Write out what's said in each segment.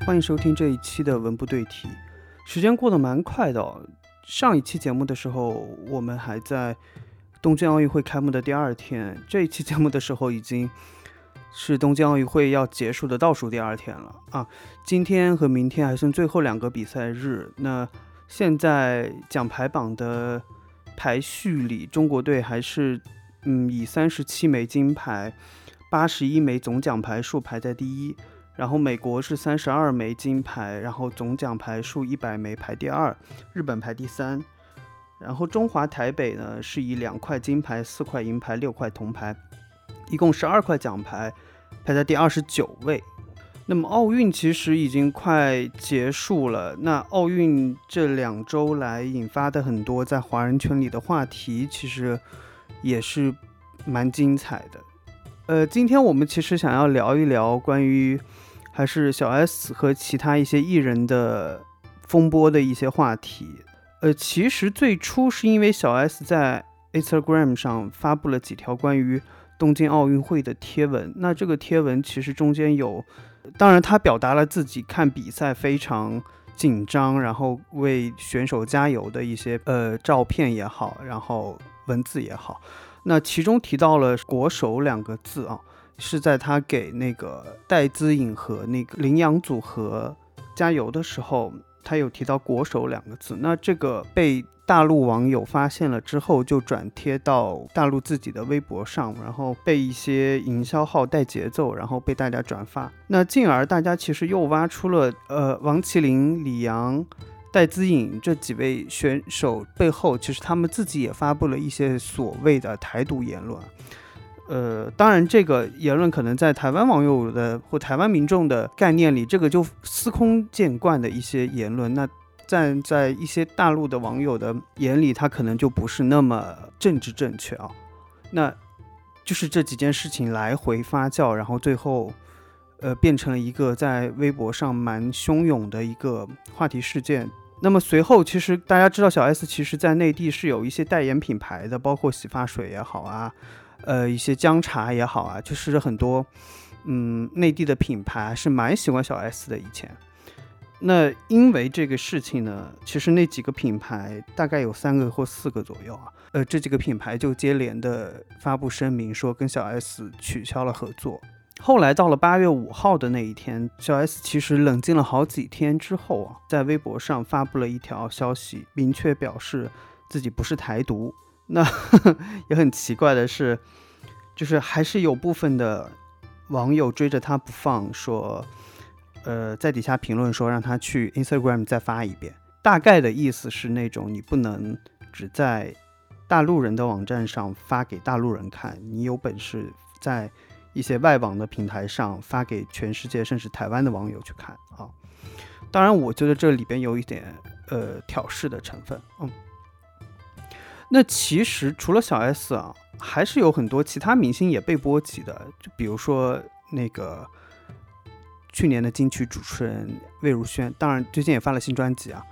欢迎收听这一期的文不对题。时间过得蛮快的哦，上一期节目的时候我们还在东京奥运会开幕的第二天，这一期节目的时候已经是东京奥运会要结束的倒数第二天了啊！今天和明天还剩最后2个比赛日。那现在奖牌榜的排序里，中国队还是以37枚金牌、81枚总奖牌数排在第一，然后美国是32枚金牌，然后总奖牌数100枚排第二，日本排第三。然后中华台北呢是以2块金牌、4块银牌、6块铜牌，一共12块奖牌，排在第29位。那么奥运其实已经快结束了，那奥运这2周来引发的很多在华人圈里的话题，其实也是蛮精彩的。今天我们其实想要聊一聊关于还是小 S 和其他一些艺人的风波的一些话题。其实最初是因为小 S 在 Instagram 上发布了几条关于东京奥运会的贴文，那这个贴文其实中间有，当然他表达了自己看比赛非常紧张，然后为选手加油的一些照片也好，然后文字也好。那其中提到了国手2个字啊，是在他给那个戴资颖和那个羚羊组合加油的时候，他有提到国手2个字。那这个被大陆网友发现了之后，就转贴到大陆自己的微博上，然后被一些营销号带节奏，然后被大家转发。那进而大家其实又挖出了王麒麟、李阳、戴资颖这几位选手背后，其实他们自己也发布了一些所谓的台独言论。当然这个言论可能在台湾网友的或台湾民众的概念里，这个就司空见惯的一些言论，那站在一些大陆的网友的眼里，他可能就不是那么政治正确啊。那就是这几件事情来回发酵，然后最后变成了一个在微博上蛮汹涌的一个话题事件。那么随后其实大家知道小 S 其实在内地是有一些代言品牌的，包括洗发水也好啊，一些姜茶也好啊，就是很多内地的品牌是蛮喜欢小 S 的以前。那因为这个事情呢，其实那几个品牌大概有3个或4个左右啊，这几个品牌就接连的发布声明说跟小 S 取消了合作。后来到了8月5号的那一天，小 S 其实冷静了好几天之后啊，在微博上发布了一条消息，明确表示自己不是台独。那也很奇怪的是，就是还是有部分的网友追着他不放，说在底下评论说让他去 Instagram 再发一遍，大概的意思是那种你不能只在大陆人的网站上发给大陆人看，你有本事在一些外网的平台上发给全世界甚至台湾的网友去看啊。当然我觉得这里边有一点挑事的成分。那其实除了小 S 啊，还是有很多其他明星也被波及的，就比如说那个去年的金曲主持人魏如萱，当然最近也发了新专辑啊。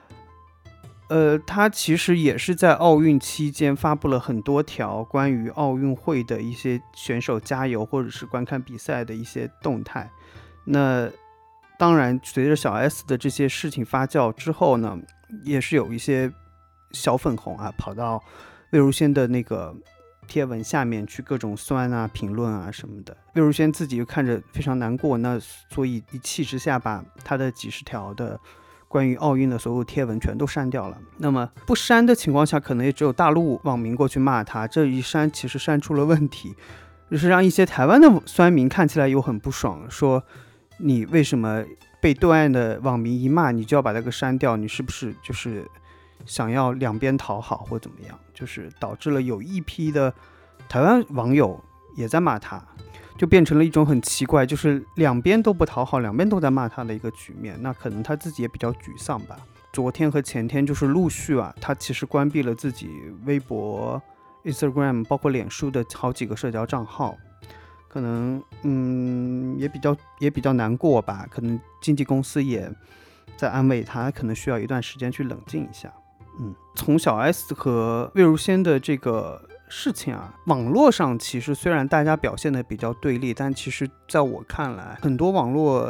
他其实也是在奥运期间发布了很多条关于奥运会的一些选手加油或者是观看比赛的一些动态。那当然随着小 S 的这些事情发酵之后呢，也是有一些小粉红啊跑到魏如萱的那个贴文下面去各种酸啊评论啊什么的。魏如萱自己又看着非常难过，那所以一气之下把他的几十条的关于奥运的所有贴文全都删掉了。那么不删的情况下，可能也只有大陆网民过去骂他，这一删其实删出了问题，就是让一些台湾的酸民看起来又很不爽，说你为什么被对岸的网民一骂你就要把这个删掉，你是不是就是想要两边讨好或怎么样，就是导致了有一批的台湾网友也在骂他，就变成了一种很奇怪，就是两边都不讨好，两边都在骂他的一个局面。那可能他自己也比较沮丧吧。昨天和前天就是陆续啊，他其实关闭了自己微博、Instagram 包括脸书的好几个社交账号，可能也比较难过吧，可能经纪公司也在安慰他，可能需要一段时间去冷静一下。从小 S 和魏如萱的这个事情啊，网络上其实虽然大家表现的比较对立，但其实在我看来，很多网络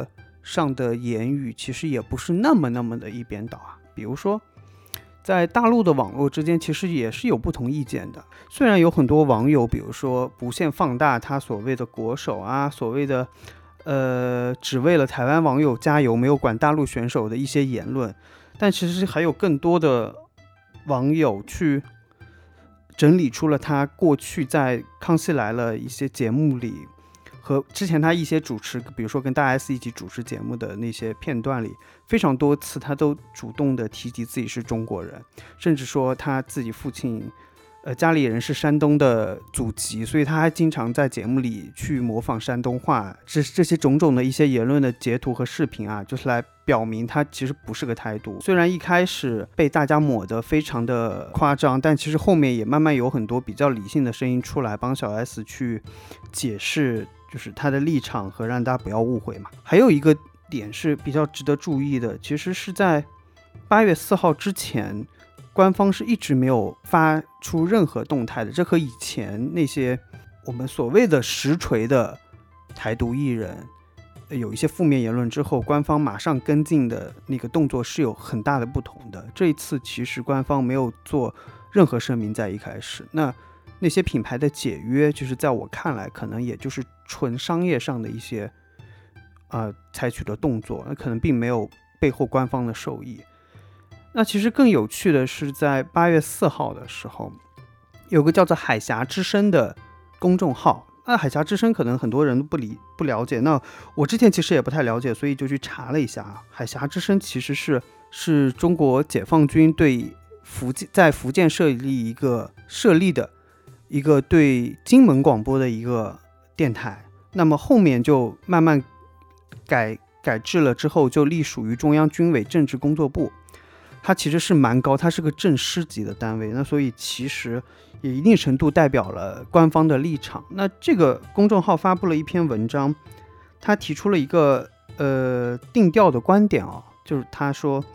上的言语其实也不是那么的一边倒啊。比如说在大陆的网络之间其实也是有不同意见的，虽然有很多网友比如说无限放大他所谓的国手啊，所谓的只为了台湾网友加油没有管大陆选手的一些言论，但其实还有更多的网友去整理出了他过去在康熙来了一些节目里和之前他一些主持，比如说跟大 S 一起主持节目的那些片段里，非常多次他都主动的提及自己是中国人，甚至说他自己父亲家里人是山东的祖籍，所以他还经常在节目里去模仿山东话。这些种种的一些言论的截图和视频啊，就是来表明他其实不是个台独。虽然一开始被大家抹得非常的夸张，但其实后面也慢慢有很多比较理性的声音出来帮小 S 去解释就是他的立场和让大家不要误会嘛。还有一个点是比较值得注意的，其实是在8月4号之前官方是一直没有发出任何动态的，这和以前那些我们所谓的实锤的台独艺人有一些负面言论之后官方马上跟进的那个动作是有很大的不同的。这一次其实官方没有做任何声明在一开始，那些品牌的解约就是在我看来可能也就是纯商业上的一些采取的动作，可能并没有背后官方的授意。那其实更有趣的是在8月4号的时候有个叫做海峡之声的公众号，那海峡之声可能很多人都不了解，那我之前其实也不太了解，所以就去查了一下。海峡之声其实是中国解放军对在福建设立的一个对金门广播的一个电台，那么后面就慢慢改制了之后就隶属于中央军委政治工作部，它其实是蛮高，它是个正师级的单位，那所以其实也一定程度代表了官方的立场。那这个公众号发布了一篇文章，他提出了一个定调的观点就是他说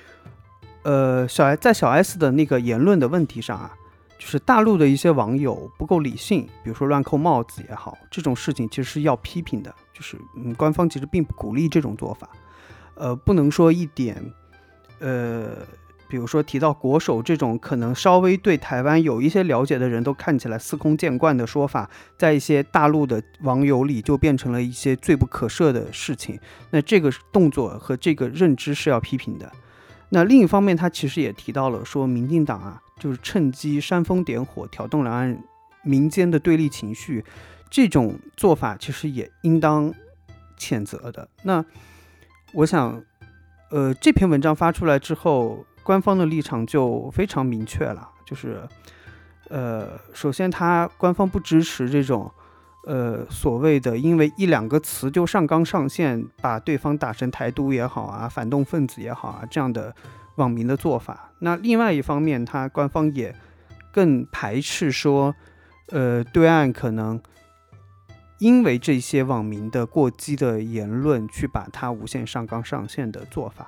在小 S 的那个言论的问题上啊，就是大陆的一些网友不够理性，比如说乱扣帽子也好，这种事情其实是要批评的，就是官方其实并不鼓励这种做法。不能说一点比如说提到国手这种可能稍微对台湾有一些了解的人都看起来司空见惯的说法，在一些大陆的网友里就变成了一些罪不可赦的事情，那这个动作和这个认知是要批评的。那另一方面他其实也提到了说民进党啊，就是趁机煽风点火，挑动两岸民间的对立情绪，这种做法其实也应当谴责的。那我想这篇文章发出来之后官方的立场就非常明确了，就是首先他官方不支持这种所谓的因为一两个词就上纲上线把对方打成台独也好啊，反动分子也好啊，这样的网民的做法。那另外一方面他官方也更排斥说对岸可能因为这些网民的过激的言论去把它无限上纲上线的做法。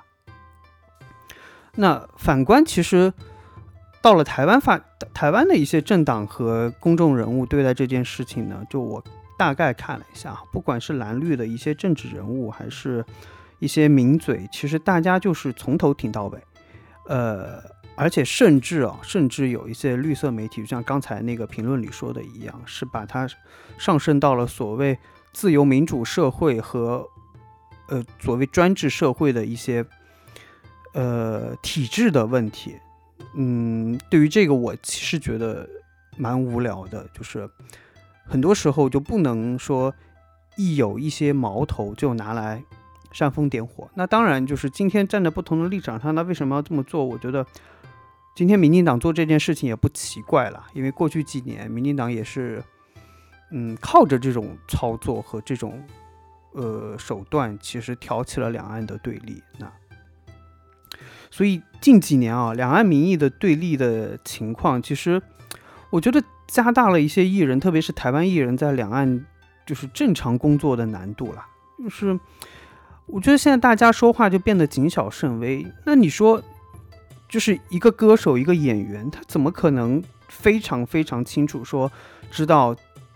那反观其实到了台湾的一些政党和公众人物对待这件事情呢，就我大概看了一下，不管是蓝绿的一些政治人物还是一些名嘴，其实大家就是从头挺到尾，而且甚至有一些绿色媒体，就像刚才那个评论里说的一样，是把它上升到了所谓自由民主社会和所谓专制社会的一些体制的问题。对于这个我其实觉得蛮无聊的，就是很多时候就不能说一有一些矛头就拿来煽风点火。那当然就是今天站在不同的立场上，那为什么要这么做？我觉得今天民进党做这件事情也不奇怪了，因为过去几年民进党也是靠着这种操作和这种手段其实挑起了两岸的对立。那所以近几年啊，两岸民意的对立的情况，其实我觉得加大了一些艺人，特别是台湾艺人在两岸就是正常工作的难度了。就是我觉得现在大家说话就变得谨小慎微。那你说，就是一个歌手、一个演员，他怎么可能非常非常清楚说知道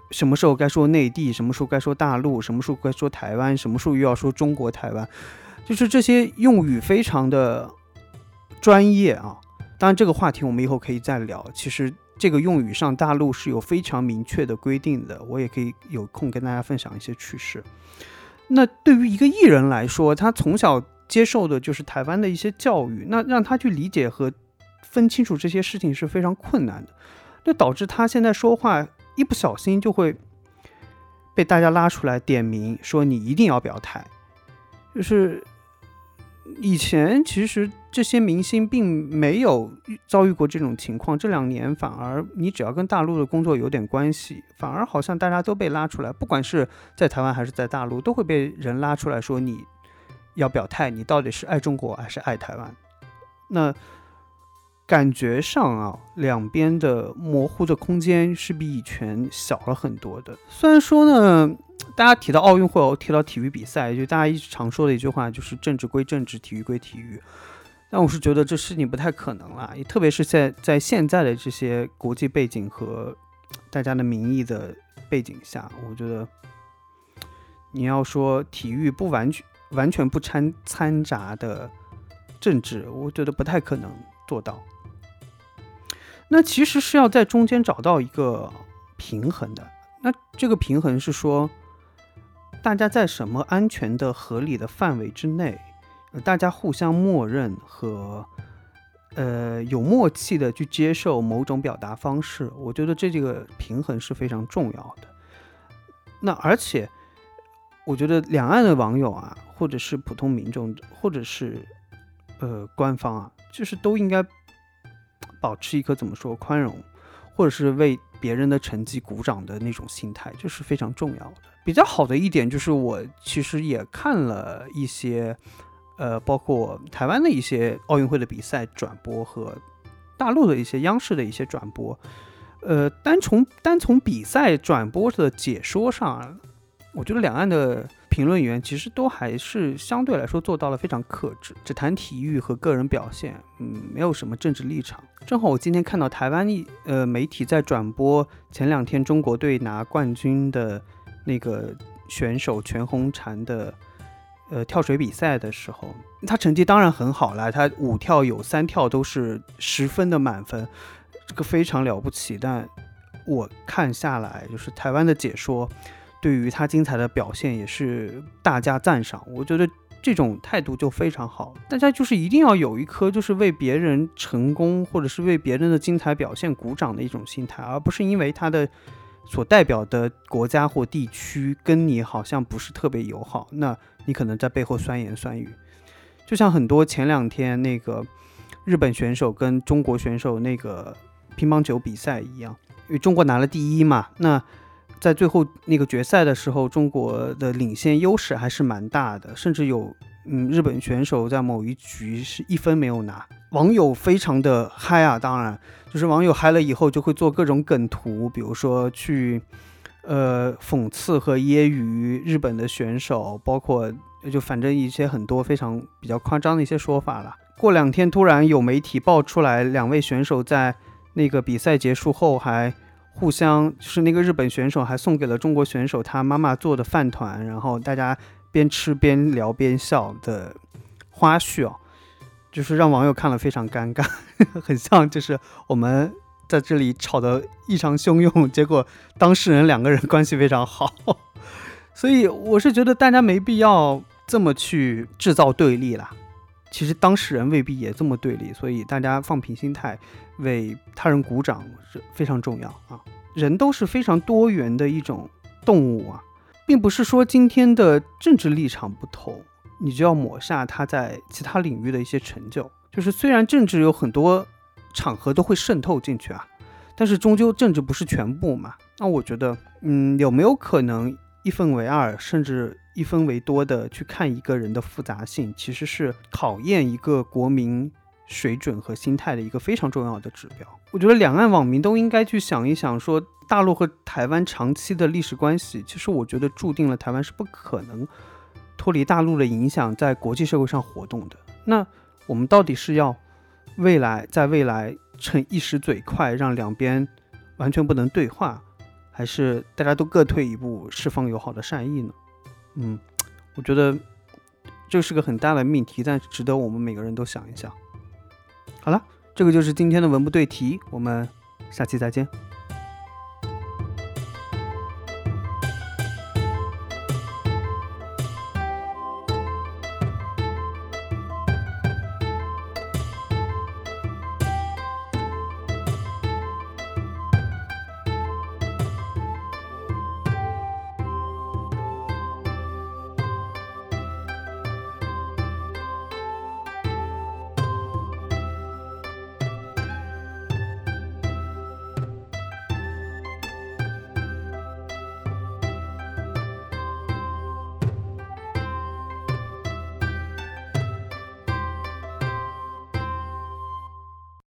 什么时候该说内地，什么时候该说大陆，什么时候该说台湾，什么时候又要说中国台湾，就是这些用语非常的专业啊。当然这个话题我们以后可以再聊，其实这个用语上大陆是有非常明确的规定的，我也可以有空跟大家分享一些趣事。那对于一个艺人来说，他从小接受的就是台湾的一些教育，那让他去理解和分清楚这些事情是非常困难的，就导致他现在说话一不小心就会被大家拉出来点名说你一定要表态。就是以前其实这些明星并没有遭遇过这种情况，这2年反而你只要跟大陆的工作有点关系，反而好像大家都被拉出来，不管是在台湾还是在大陆，都会被人拉出来说你要表态，你到底是爱中国还是爱台湾。那感觉上啊，两边的模糊的空间是比以前小了很多的。虽然说呢，大家提到奥运会，提到体育比赛，就大家一直常说的一句话就是政治归政治，体育归体育。但我是觉得这事情不太可能啦，也特别是在现在的这些国际背景和大家的民意的背景下，我觉得你要说体育不完全不掺杂的政治，我觉得不太可能做到。那其实是要在中间找到一个平衡的。那这个平衡是说，大家在什么安全的合理的范围之内，大家互相默认和有默契的去接受某种表达方式，我觉得这个平衡是非常重要的。那而且我觉得两岸的网友啊，或者是普通民众，或者是官方啊，就是都应该保持一颗怎么说宽容，或者是为别人的成绩鼓掌的那种心态，这是非常重要的。比较好的一点就是我其实也看了一些包括台湾的一些奥运会的比赛转播和大陆的一些央视的一些转播，单从比赛转播的解说上，我觉得两岸的评论员其实都还是相对来说做到了非常克制，只谈体育和个人表现，没有什么政治立场。正好我今天看到台湾媒体在转播前2天中国队拿冠军的那个选手全红婵的跳水比赛的时候，他成绩当然很好了，他5跳有3跳都是10分的满分，这个非常了不起。但我看下来，就是台湾的解说对于他精彩的表现也是大加赞赏，我觉得这种态度就非常好。大家就是一定要有一颗就是为别人成功或者是为别人的精彩表现鼓掌的一种心态，而不是因为他的所代表的国家或地区跟你好像不是特别友好，那你可能在背后酸言酸语。就像很多前2天那个日本选手跟中国选手那个乒乓球比赛一样，因为中国拿了第1嘛，那在最后那个决赛的时候，中国的领先优势还是蛮大的，甚至有日本选手在某一局是1分没有拿。网友非常的嗨啊，当然就是网友嗨了以后就会做各种梗图，比如说去讽刺和揶揄日本的选手，包括就反正一些很多非常比较夸张的一些说法了。过2天突然有媒体爆出来2位选手在那个比赛结束后还互相，就是那个日本选手还送给了中国选手他妈妈做的饭团，然后大家边吃边聊边笑的花絮哦，就是让网友看了非常尴尬很像就是我们在这里吵得异常汹涌，结果当事人2个人关系非常好所以我是觉得大家没必要这么去制造对立啦，其实当事人未必也这么对立，所以大家放平心态为他人鼓掌是非常重要啊。人都是非常多元的一种动物啊，并不是说今天的政治立场不同你就要抹杀他在其他领域的一些成就。就是虽然政治有很多场合都会渗透进去啊，但是终究政治不是全部嘛。那我觉得有没有可能1分为2甚至1分为多的去看一个人的复杂性，其实是考验一个国民水准和心态的一个非常重要的指标。我觉得两岸网民都应该去想一想，说大陆和台湾长期的历史关系，其实我觉得注定了台湾是不可能脱离大陆的影响在国际社会上活动的。那我们到底是要在未来趁一时嘴快让两边完全不能对话， 还是大家都各退一步，释放友好的善意呢？我觉得这是个很大的命题，但值得我们每个人都想一想。好了，这个就是今天的文不对题，我们下期再见。